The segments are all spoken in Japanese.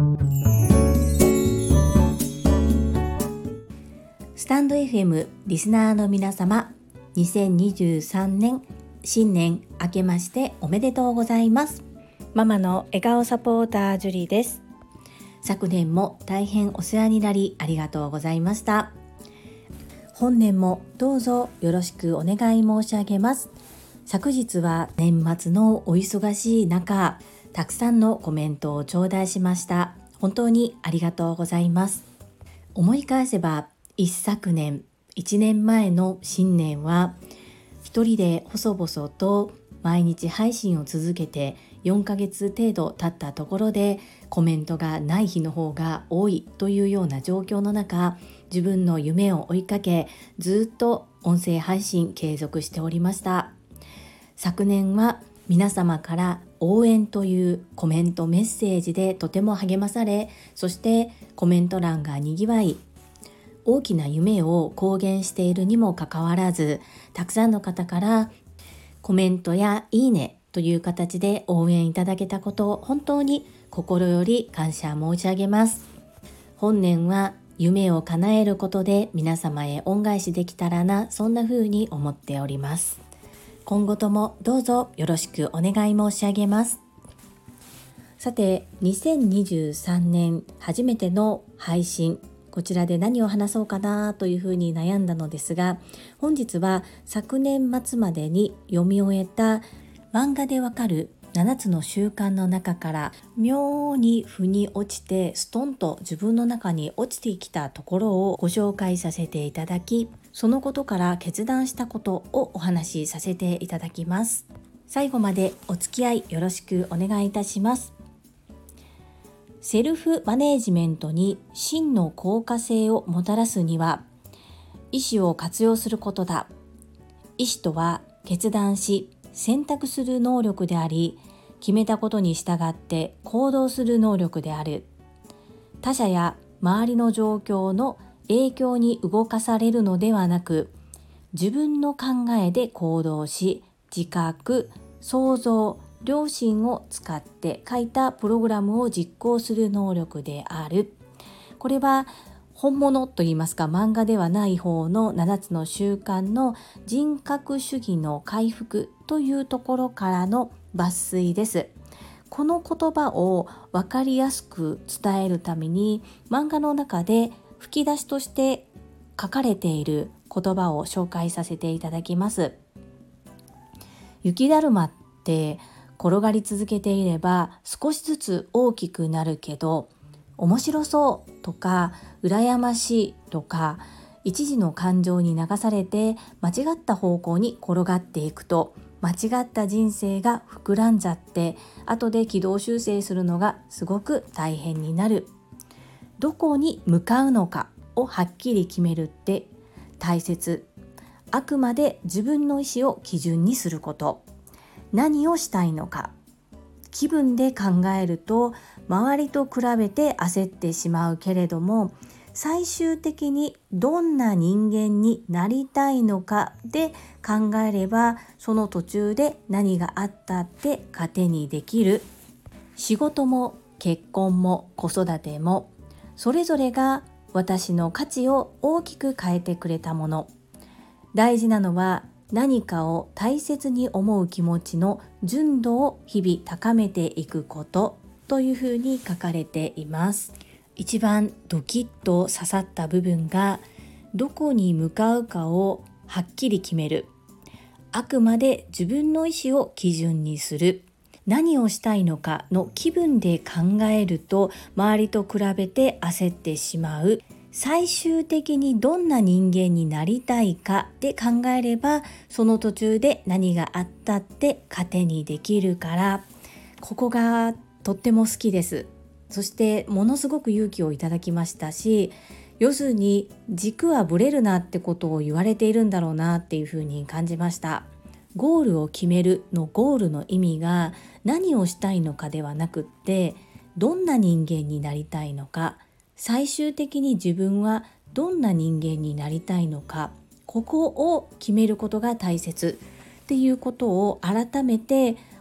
スタンド FM リスナーの皆様、2023年新年明けましておめでとうございます。 ママの笑顔サポータージュリーです。 昨年も大変お世話になりありがとうございました。本年もどうぞよろしくお願い申し上げます。昨日は年末のお忙しい中、たくさんのコメントを頂戴しました。本当にありがとうございます。思い返せば一昨年、1年前の新年は一人で細々と毎日配信を続けて4ヶ月程度経ったところでコメントがない日の方が多いというような状況の中、自分の夢を追いかけずっと音声配信継続しておりました。昨年は皆様から応援というコメントメッセージでとても励まされ、そしてコメント欄がにぎわい、大きな夢を公言しているにもかかわらず、たくさんの方からコメントやいいねという形で応援いただけたことを本当に心より感謝申し上げます。本年は夢を叶えることで皆様へ恩返しできたらな、そんな風に思っております。今後ともどうぞよろしくお願い申し上げます。さて、2023年初めての配信、こちらで何を話そうかなというふうに悩んだのですが、本日は昨年末までに読み終えた漫画でわかる7つの習慣の中から妙に腑に落ちてストンと自分の中に落ちてきたところをご紹介させていただき、そのことから決断したことをお話しさせていただきます。最後までお付き合いよろしくお願いいたします。セルフマネージメントに真の効果性をもたらすには、意思を活用することだ。意思とは決断し選択する能力であり、決めたことに従って行動する能力である。他者や周りの状況の影響に動かされるのではなく、自分の考えで行動し、自覚、想像、良心を使って書いたプログラムを実行する能力である。これは本物といいますか、漫画ではない方の7つの習慣の人格主義の回復というところからの抜粋です。この言葉を分かりやすく伝えるために、漫画の中で吹き出しとして書かれている言葉を紹介させていただきます。雪だるまって転がり続けていれば少しずつ大きくなるけど、面白そうとか羨ましいとか一時の感情に流されて間違った方向に転がっていくと、間違った人生が膨らんじゃって後で軌道修正するのがすごく大変になる。どこに向かうのかをはっきり決めるって大切。あくまで自分の意思を基準にすること。何をしたいのか、気分で考えると周りと比べて焦ってしまうけれども、最終的にどんな人間になりたいのかで考えれば、その途中で何があったって糧にできる。仕事も結婚も子育てもそれぞれが私の価値を大きく変えてくれたもの。大事なのは何かを大切に思う気持ちの純度を日々高めていくことというふうに書かれています。一番ドキッと刺さった部分が、どこに向かうかをはっきり決める。あくまで自分の意思を基準にする。何をしたいのかの気分で考えると周りと比べて焦ってしまう。最終的にどんな人間になりたいかで考えれば、その途中で何があったって糧にできるから、ここがとっても好きです。そしてものすごく勇気をいただきましたし、要するに軸はぶれるなってことを言われているんだろうなっていうふうに感じました。ゴールを決めるのゴールの意味が何をしたいのかではなくって、どんな人間になりたいのか、最終的に自分はどんな人間になりたいのか、ここを決めることが大切っていうことを改めて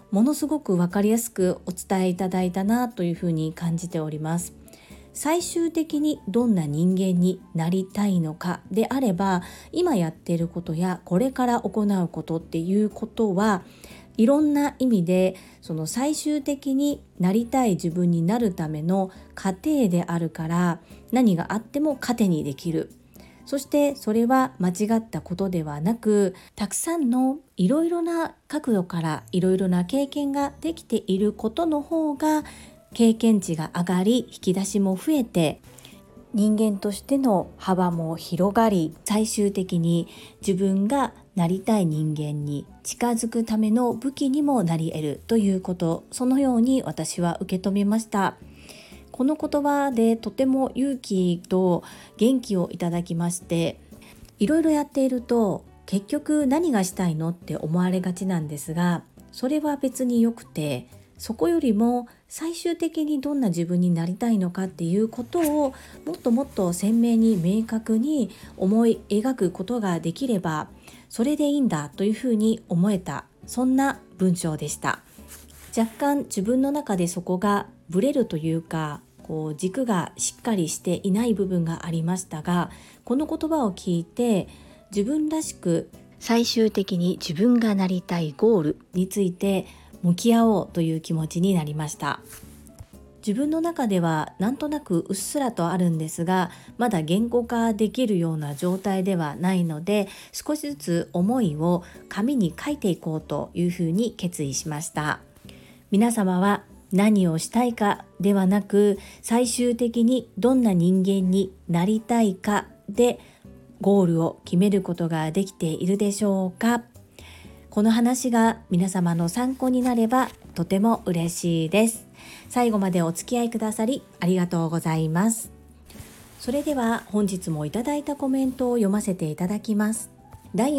ものすごく分かりやすくお伝えいただいたなというふうに感じております。最終的にどんな人間になりたいのかであれば、今やっていることやこれから行うことっていうことはいろんな意味でその最終的になりたい自分になるための過程であるから、何があっても糧にできる。そしてそれは間違ったことではなく、たくさんのいろいろな角度からいろいろな経験ができていることの方が経験値が上がり、引き出しも増えて、人間としての幅も広がり、最終的に自分がなりたい人間に近づくための武器にもなり得るということ、そのように私は受け止めました。この言葉でとても勇気と元気をいただきまして、いろいろやっていると結局何がしたいのって思われがちなんですが、それは別によくて、そこよりも最終的にどんな自分になりたいのかっていうことをもっともっと鮮明に明確に思い描くことができれば、それでいいんだというふうに思えた、そんな文章でした。若干自分の中でそこがブレるというか、軸がしっかりしていない部分がありましたが、この言葉を聞いて自分らしく最終的に自分がなりたいゴールについて向き合おうという気持ちになりました。自分の中ではなんとなくうっすらとあるんですが、まだ言語化できるような状態ではないので、少しずつ思いを紙に書いていこうというふうに決意しました。皆様は何をしたいかではなく、最終的にどんな人間になりたいかでゴールを決めることができているでしょうか。この話が皆様の参考になればとても嬉しいです。最後までお付き合いくださりありがとうございます。それでは本日もいただいたコメントを読ませていただきます。第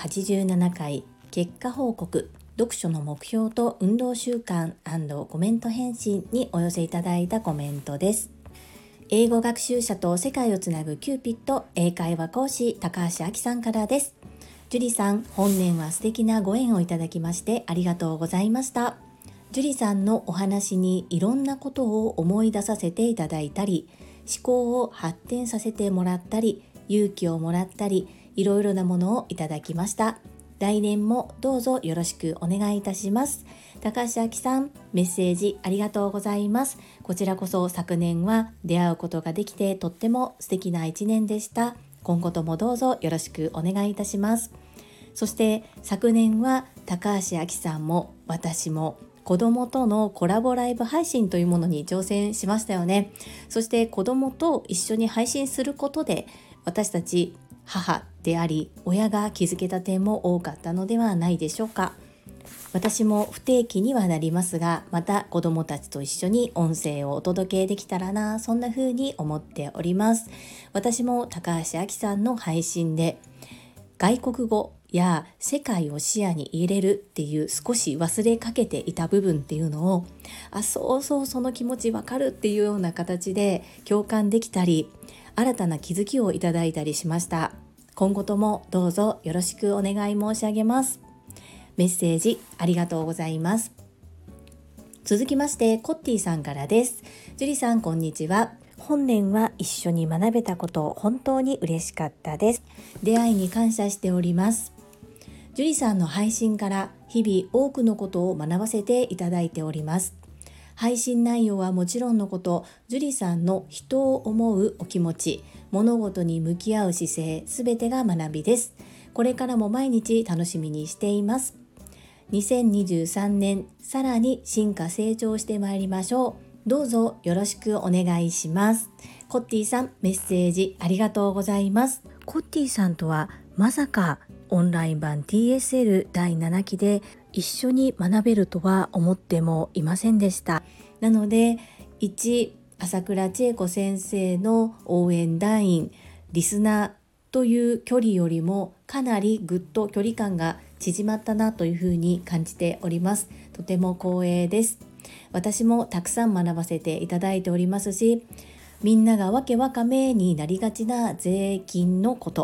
487回結果報告、読書の目標と運動習慣&コメント返信にお寄せいただいたコメントです。英語学習者と世界をつなぐキューピット英会話講師高橋明さんからです。ジュリさん、本年は素敵なご縁をいただきましてありがとうございました。ジュリさんのお話にいろんなことを思い出させていただいたり、思考を発展させてもらったり、勇気をもらったり、いろいろなものをいただきました。来年もどうぞよろしくお願いいたします。高橋明さん、メッセージありがとうございます。こちらこそ昨年は出会うことができてとっても素敵な一年でした。今後ともどうぞよろしくお願いいたします。そして昨年は高橋明さんも私も子供とのコラボライブ配信というものに挑戦しましたよね。そして子供と一緒に配信することで私たち母であり親が気づけた点も多かったのではないでしょうか。私も不定期にはなりますが、また子どもたちと一緒に音声をお届けできたらな、そんな風に思っております。私も高橋明さんの配信で外国語や世界を視野に入れるっていう少し忘れかけていた部分っていうのを、そうその気持ちわかるっていうような形で共感できたり、新たな気づきをいただいたりしました。今後ともどうぞよろしくお願い申し上げます。メッセージありがとうございます。続きましてコッティさんからです。ジュリさん、こんにちは。本年は一緒に学べたこと本当に嬉しかったです。出会いに感謝しております。ジュリさんの配信から日々多くのことを学ばせていただいております。配信内容はもちろんのこと、ジュリさんの人を思うお気持ち、物事に向き合う姿勢、すべてが学びです。これからも毎日楽しみにしています。2023年、さらに進化成長してまいりましょう。どうぞよろしくお願いします。コッティさん、メッセージありがとうございます。コッティさんとはまさかオンライン版 TSL 第7期で一緒に学べるとは思ってもいませんでした。なので、朝倉千恵子先生の応援団員、リスナーという距離よりもかなりぐっと距離感が縮まったなというふうに感じております。とても光栄です。私もたくさん学ばせていただいておりますし、みんながわけわかめになりがちな税金のこと、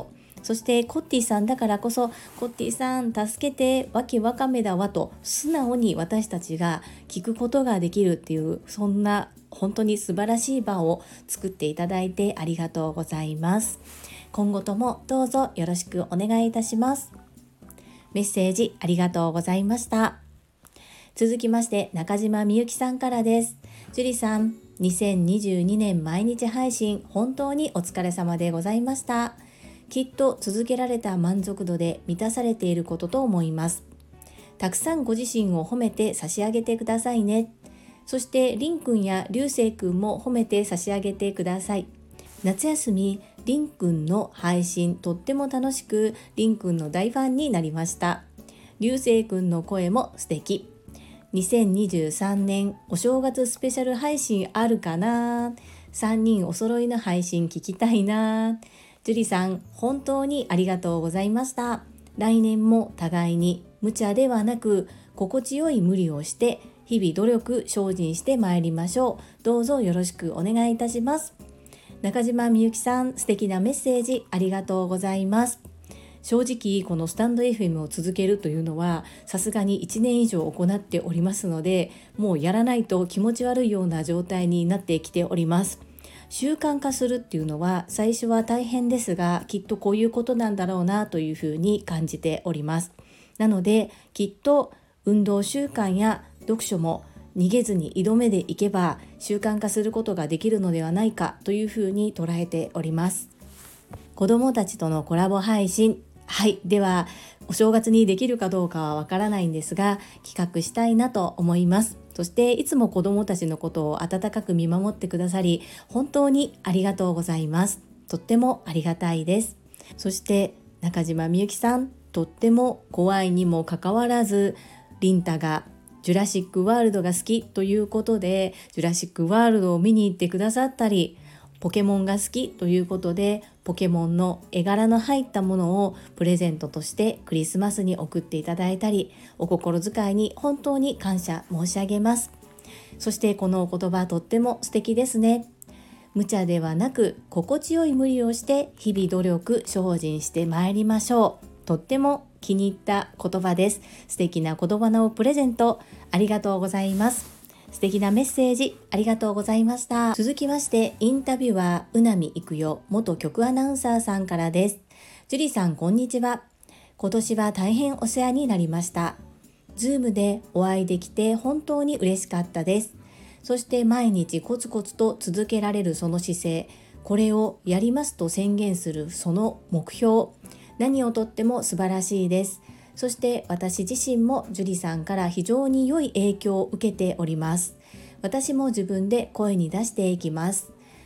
そしてコッティさんだからこそ、コッティさん助けて、わきわかめだわと素直に私たちが聞くことができるっていう、そんな本当に素晴らしい場を作っていただいてありがとうございます。今後ともどうぞよろしくお願いいたします。メッセージありがとうございました。続きまして中島みゆきさんからです。ジュリさん、2022年毎日配信本当にお疲れ様でございました。きっと続けられた満足度で満たされていることと思います。たくさんご自身を褒めて差し上げてくださいね。そしてりんくんやりゅうせいくんも褒めて差し上げてください。夏休みりんくんの配信とっても楽しく、りんくんの大ファンになりました。りゅうせいくんの声も素敵。2023年お正月スペシャル配信あるかな。3人お揃いの配信聞きたいな。ジュリさん本当にありがとうございました。来年も互いに無茶ではなく心地よい無理をして日々努力精進してまいりましょう。どうぞよろしくお願いいたします。中島みゆきさん、素敵なメッセージありがとうございます。正直このスタンド FM を続けるというのはさすがに1年以上行っておりますので、もうやらないと気持ち悪いような状態になってきております。習慣化するっていうのは最初は大変ですが、きっとこういうことなんだろうなというふうに感じております。なのできっと運動習慣や読書も逃げずに挑めでいけば習慣化することができるのではないかというふうに捉えております。子どもたちとのコラボ配信、ではお正月にできるかどうかはわからないんですが、企画したいなと思います。そしていつも子どもたちのことを温かく見守ってくださり本当にありがとうございます。とってもありがたいです。そして中島みゆきさん、とっても怖いにもかかわらずリンタがジュラシックワールドが好きということでジュラシックワールドを見に行ってくださったり、ポケモンが好きということでポケモンの絵柄の入ったものをプレゼントとしてクリスマスに送っていただいたり、お心遣いに本当に感謝申し上げます。そしてこのお言葉とっても素敵ですね。無茶ではなく心地よい無理をして日々努力精進してまいりましょう。とっても気に入った言葉です。素敵な言葉のプレゼントありがとうございます。素敵なメッセージありがとうございました。続きましてインタビュアーうなみいくよ元局アナウンサーさんからです。ジュリさんこんにちは。今年は大変お世話になりました。ズームでお会いできて本当に嬉しかったです。そして毎日コツコツと続けられるその姿勢、これをやりますと宣言するその目標、何をとっても素晴らしいです。そして私自身もジュリさんから非常に良い影響を受けております。私も自分で声に出していきます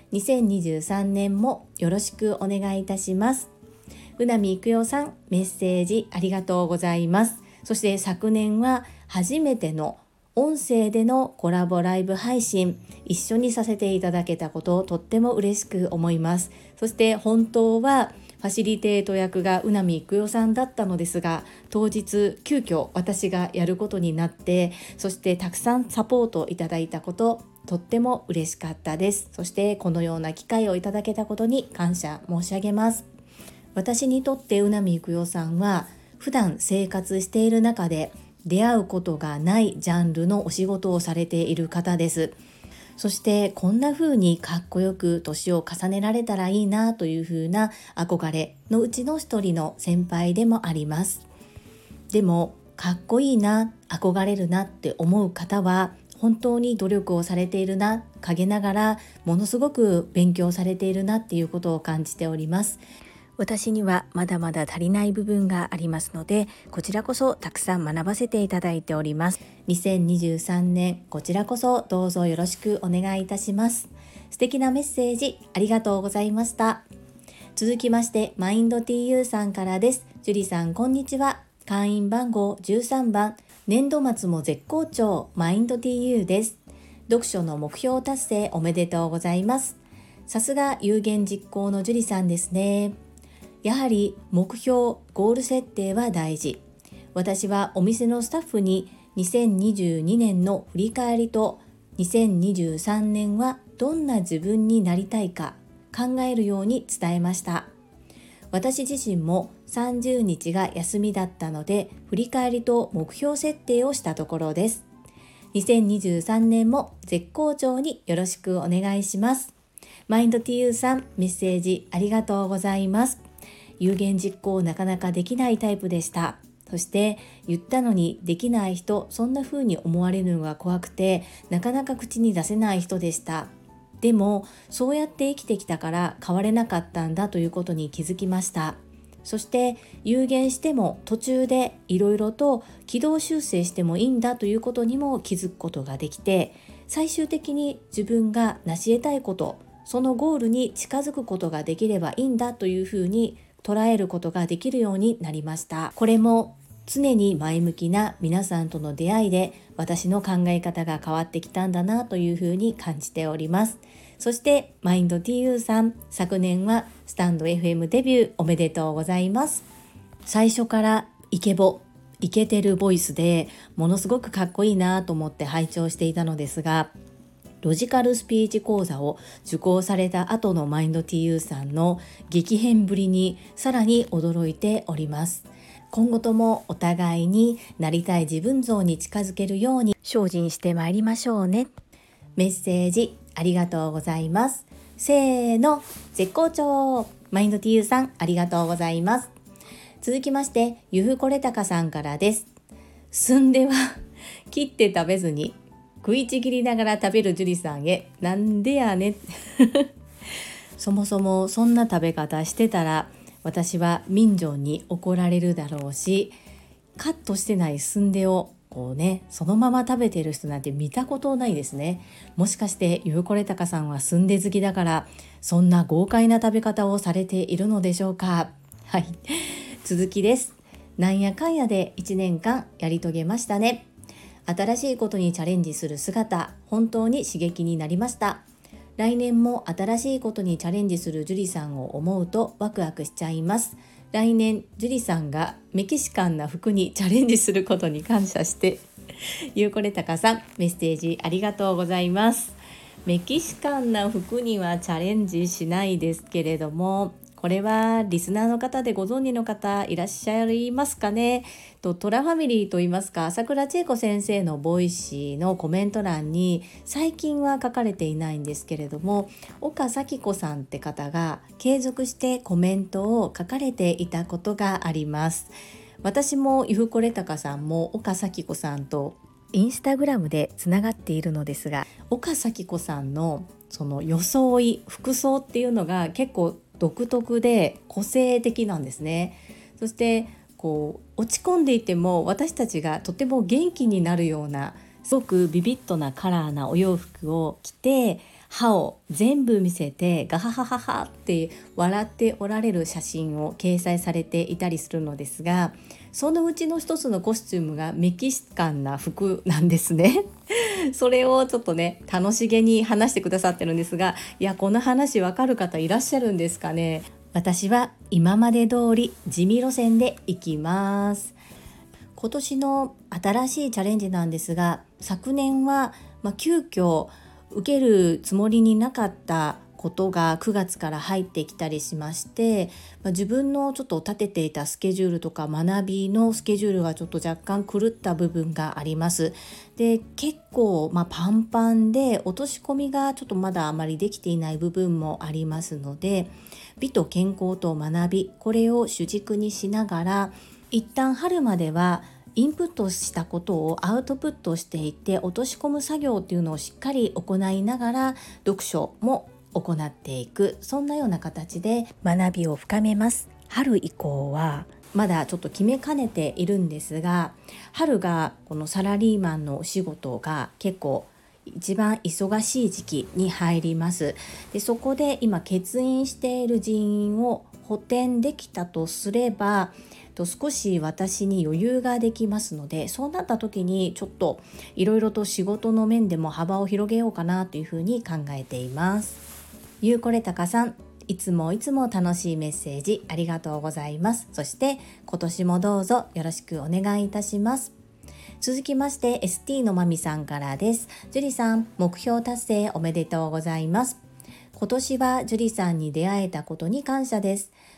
。2023年もよろしくお願いいたします。うなみいくよさん、メッセージありがとうございます。そして昨年は初めての音声でのコラボライブ配信一緒にさせていただけたことをとっても嬉しく思います。そして本当はファシリテート役がうなみいくよさんだったのですが、当日急遽私がやることになって、そしてたくさんサポートいただいたこと、とっても嬉しかったです。そしてこのような機会をいただけたことに感謝申し上げます。私にとってうなみいくよさんは普段生活している中で出会うことがないジャンルのお仕事をされている方です。そしてこんな風にかっこよく年を重ねられたらいいなという風な憧れのうちの一人の先輩でもあります。でもかっこいいな、憧れるなって思う方は本当に努力をされているな、陰ながらものすごく勉強されているなっていうことを感じております。私にはまだまだ足りない部分がありますので、こちらこそたくさん学ばせていただいております。2023年こちらこそどうぞよろしくお願いいたします。素敵なメッセージありがとうございました。続きましてマインド TU さんからです。ジュリさんこんにちは。会員番号13番、年度末も絶好調マインド TU です。読書の目標達成おめでとうございます。さすが有言実行のジュリさんですね。やはり目標、ゴール設定は大事。私はお店のスタッフに2022年の振り返りと2023年はどんな自分になりたいか考えるように伝えました。 私自身も30日が休みだったので、振り返りと目標設定をしたところです。2023年も絶好調によろしくお願いします。マインド TU さん、メッセージありがとうございます。有言実行なかなかできないタイプでした。そして言ったのにできない人、そんな風に思われるのが怖くて、なかなか口に出せない人でした。でもそうやって生きてきたから変われなかったんだということに気づきました。そして有言しても途中でいろいろと軌道修正してもいいんだということにも気づくことができて、最終的に自分が成し得たいこと、そのゴールに近づくことができればいいんだというふうに捉えることができるようになりました。これも常に前向きな皆さんとの出会いで、私の考え方が変わってきたんだなというふうに感じております。そしてマインド TU さん、昨年はスタンド FM デビューおめでとうございます。最初からイケてるボイスでものすごくかっこいいなと思って拝聴していたのですが、ロジカルスピーチ講座を受講された後のマインド TU さんの激変ぶりにさらに驚いております。今後ともお互いになりたい自分像に近づけるように精進してまいりましょうね。メッセージありがとうございます。せーの、絶好調。マインド TU さん、ありがとうございます。続きまして、ゆふこれたかさんからです。すんでは切って食べずに食いちぎりながら食べるジュリさんへ、なんでやねそもそもそんな食べ方してたら私は民情に怒られるだろうし、カットしてないスンデをそのまま食べてる人なんて見たことないですね。もしかしてゆうこれたかさんはスンデ好きだからそんな豪快な食べ方をされているのでしょうか。はい、続きです。なんやかんやで1年間やり遂げましたね。新しいことにチャレンジする姿、本当に刺激になりました。来年も新しいことにチャレンジするジュリさんを思うとワクワクしちゃいます。来年ジュリさんがメキシカンな服にチャレンジすることに感謝してゆうこれたかさん、メッセージありがとうございます。メキシカンな服にはチャレンジしないですけれども、これはリスナーの方でご存知の方いらっしゃいますかね。トラファミリーといいますか、朝倉千恵子先生のボイシーのコメント欄に最近は書かれていないんですけれども、岡咲子さんって方が継続してコメントを書かれていたことがあります。私もゆふこれたかさんも岡咲子さんとインスタグラムでつながっているのですが、岡咲子さんのその装い、服装っていうのが結構独特で個性的なんですね。そして落ち込んでいても私たちがとても元気になるような、すごくビビッドなカラーなお洋服を着て、歯を全部見せてガハハハハって笑っておられる写真を掲載されていたりするのですが、そのうちの一つのコスチュームがメキシカンな服なんですね。それをちょっとね、楽しげに話してくださってるんですが、いや、この話わかる方いらっしゃるんですかね。私は今まで通り地味路線で行きます。今年の新しいチャレンジなんですが、昨年は急遽受けるつもりになかったことが9月から入ってきたりしまして、自分のちょっと立てていたスケジュールとか学びのスケジュールがちょっと若干狂った部分があります。で、結構パンパンで落とし込みがちょっとまだあまりできていない部分もありますので、美と健康と学び、これを主軸にしながら、一旦春まではインプットしたことをアウトプットしていって落とし込む作業っていうのをしっかり行いながら読書も行っていく、そんなような形で学びを深めます。春以降はまだちょっと決めかねているんですが、春がこのサラリーマンのお仕事が結構一番忙しい時期に入ります。で、そこで今欠員している人員を補填できたとすれば、少し私に余裕ができますので、そうなった時にちょっといろいろと仕事の面でも幅を広げようかなというふうに考えています。ゆうこれたかさん、いつも楽しいメッセージありがとうございます。そして今年もどうぞよろしくお願いいたします。続きまして ST のまみさんからです。ジュリさん、目標達成おめでとうございます。今年はジュリさんに出会えたことに感謝です。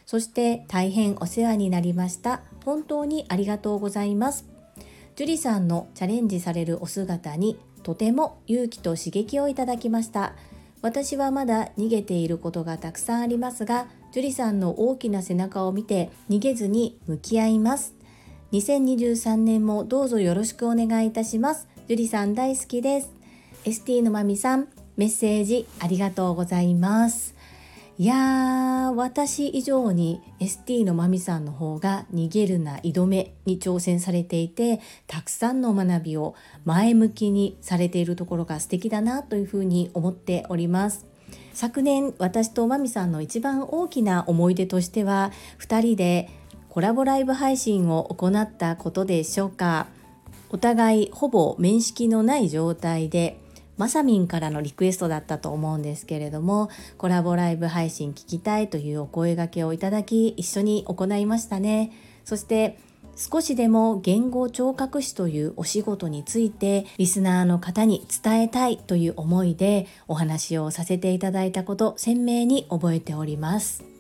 そして大変お世話になりました。本当にありがとうございます。樹里さんのチャレンジされるお姿にとても勇気と刺激をいただきました。私はまだ逃げていることがたくさんありますが、樹里さんの大きな背中を見て逃げずに向き合います。2023年もどうぞよろしくお願いいたします。樹里さん大好きです。ST のまみさん、メッセージありがとうございます。いやー、私以上に ST のまみさんの方が逃げるな挑めに挑戦されていて、たくさんの学びを前向きにされているところが素敵だなというふうに思っております。昨年私とまみさんの一番大きな思い出としては、2人でコラボライブ配信を行ったことでしょうか。お互いほぼ面識のない状態で、まさみんからのリクエストだったと思うんですけれども、コラボライブ配信聞きたいというお声掛けをいただき、一緒に行いましたね。そして少しでも言語聴覚士というお仕事についてリスナーの方に伝えたいという思いでお話をさせていただいたこと、鮮明に覚えております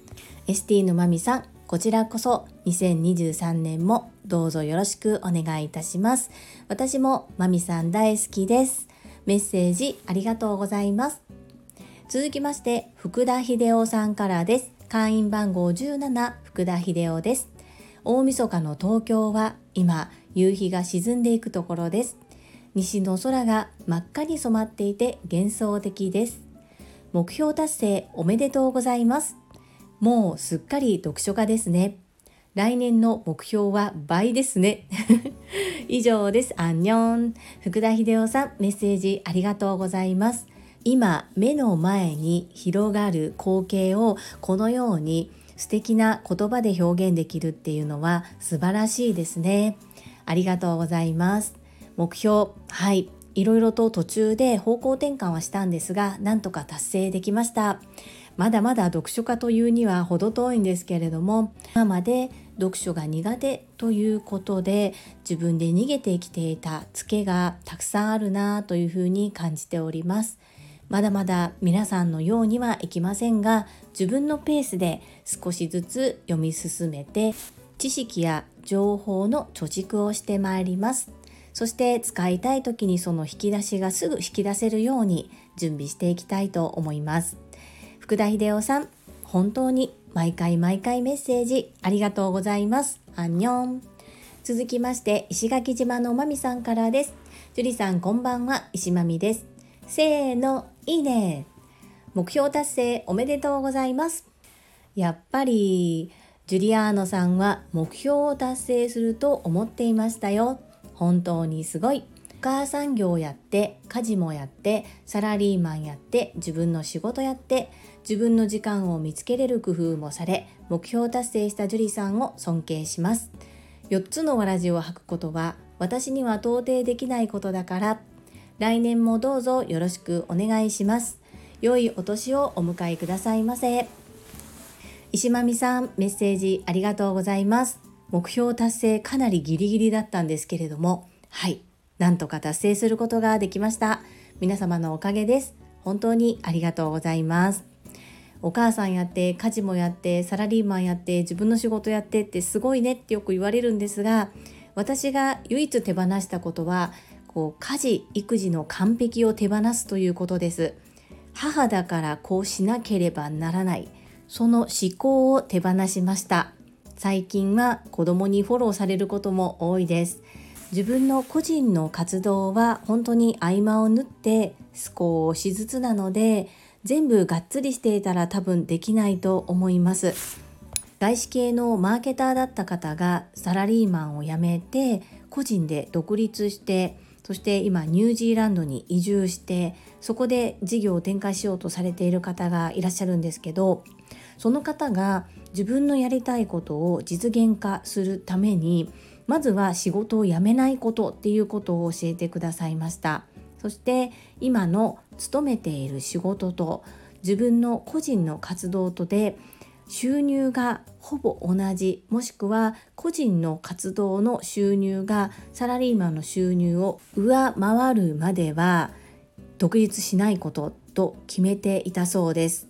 。ST のまみさん、こちらこそ2023年もどうぞよろしくお願いいたします。私もまみさん大好きです。メッセージありがとうございます。続きまして福田秀夫さんからです。会員番号17、福田秀夫です。大晦日の東京は今夕日が沈んでいくところです。西の空が真っ赤に染まっていて幻想的です。目標達成おめでとうございます。もうすっかり読書家ですね。来年の目標は倍ですね。以上です。アンニョン。福田秀夫さん、メッセージありがとうございます。今、目の前に広がる光景をこのように素敵な言葉で表現できるっていうのは素晴らしいですね。ありがとうございます。目標、はい。いろいろと途中で方向転換はしたんですが、なんとか達成できました。まだまだ読書家というには程遠いんですけれども、今まで読書が苦手ということで自分で逃げてきていたツケがたくさんあるなというふうに感じております。まだまだ皆さんのようにはいきませんが、自分のペースで少しずつ読み進めて知識や情報の貯蓄をしてまいります。そして使いたい時にその引き出しがすぐ引き出せるように準備していきたいと思います。福田秀夫さん、本当に毎回メッセージありがとうございます。アンニョン。続きまして石垣島のまみさんからです。ジュリさんこんばんは、石まみです。せーの、いいね。目標達成おめでとうございます。やっぱりジュリアーノさんは目標を達成すると思っていましたよ。本当にすごい。お母さん業やって家事もやってサラリーマンやって自分の仕事やって自分の時間を見つけれる工夫もされ、目標達成したジュリさんを尊敬します。4つのわらじを履くことは私には到底できないことだから、来年もどうぞよろしくお願いします。良いお年をお迎えくださいませ。石まみさん、メッセージありがとうございます。目標達成かなりギリギリだったんですけれども、はい、なんとか達成することができました。皆様のおかげです。本当にありがとうございます。お母さんやって家事もやってサラリーマンやって自分の仕事やってってすごいねってよく言われるんですが、私が唯一手放したことは家事育児の完璧を手放すということです。母だからこうしなければならない、その思考を手放しました。最近は子供にフォローされることも多いです。自分の個人の活動は本当に合間を縫って少しずつなので、全部がっつりしていたら多分できないと思います。外資系のマーケターだった方がサラリーマンを辞めて個人で独立して、そして今ニュージーランドに移住してそこで事業を展開しようとされている方がいらっしゃるんですけど、その方が自分のやりたいことを実現化するためにまずは仕事を辞めないことっていうことを教えてくださいました。そして今の勤めている仕事と自分の個人の活動とで収入がほぼ同じ、もしくは個人の活動の収入がサラリーマンの収入を上回るまでは独立しないことと決めていたそうです。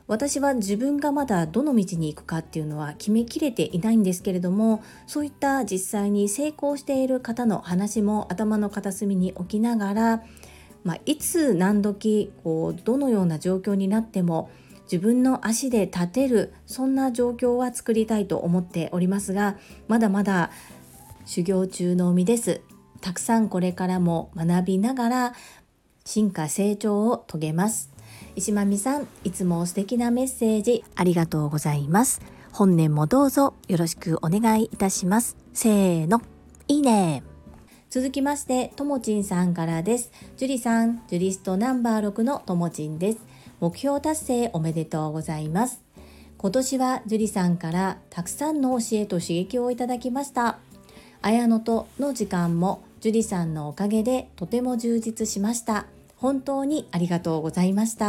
私は自分がまだどの道に行くかっていうのは決めきれていないんですけれども、そういった実際に成功している方の話も頭の片隅に置きながら、いつ何時どのような状況になっても自分の足で立てる、そんな状況は作りたいと思っておりますが、まだまだ修行中の身です。たくさんこれからも学びながら進化成長を遂げます。石間美さん、いつも素敵なメッセージありがとうございます。本年もどうぞよろしくお願いいたします。せーの、いいね。続きまして、ともちんさんからです。ジュリさん、ジュリストナンバー6のともちんです。目標達成おめでとうございます。今年はジュリさんからたくさんの教えと刺激をいただきました。綾乃との時間もジュリさんのおかげでとても充実しました。本当にありがとうございました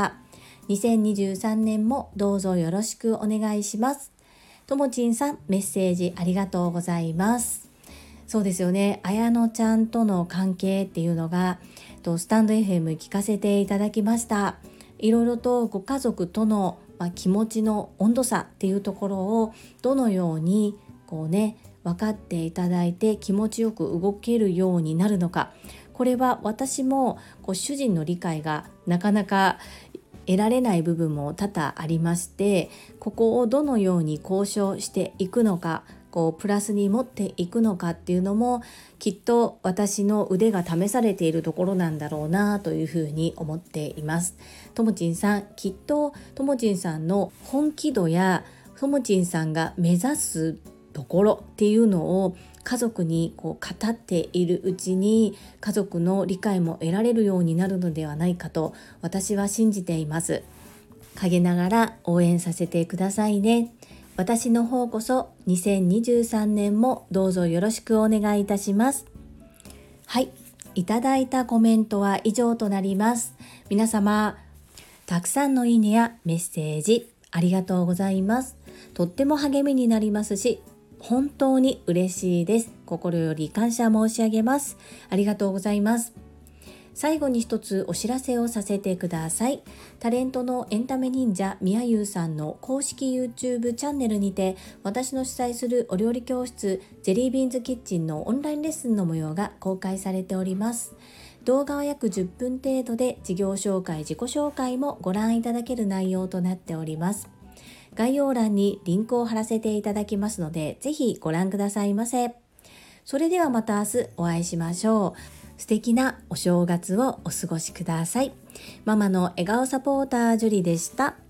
。2023年もどうぞよろしくお願いします。ともちんさん、メッセージありがとうございます。そうですよね。綾乃ちゃんとの関係っていうのがスタンド FM 聞かせていただきました。いろいろとご家族との、気持ちの温度差っていうところをどのように分かっていただいて気持ちよく動けるようになるのか、これは私も主人の理解がなかなか得られない部分も多々ありまして、ここをどのように交渉していくのか、プラスに持っていくのかっていうのもきっと私の腕が試されているところなんだろうなというふうに思っています。ともちんさん、きっとともちんさんの本気度やともちんさんが目指すところっていうのを家族に語っているうちに家族の理解も得られるようになるのではないかと私は信じています。陰ながら応援させてくださいね。私の方こそ2023年もどうぞよろしくお願いいたします。はい、いただいたコメントは以上となります。皆様たくさんのいいねやメッセージありがとうございます。とっても励みになりますし、本当に嬉しいです。心より感謝申し上げます。ありがとうございます。最後に一つお知らせをさせてください。タレントのエンタメ忍者みやゆうさんの公式 YouTube チャンネルにて、私の主催するお料理教室ジェリービーンズキッチンのオンラインレッスンの模様が公開されております。動画は約10分程度で、事業紹介、自己紹介もご覧いただける内容となっております。概要欄にリンクを貼らせていただきますので、ぜひご覧くださいませ。それではまた明日お会いしましょう。素敵なお正月をお過ごしください。ママの笑顔サポータージュリでした。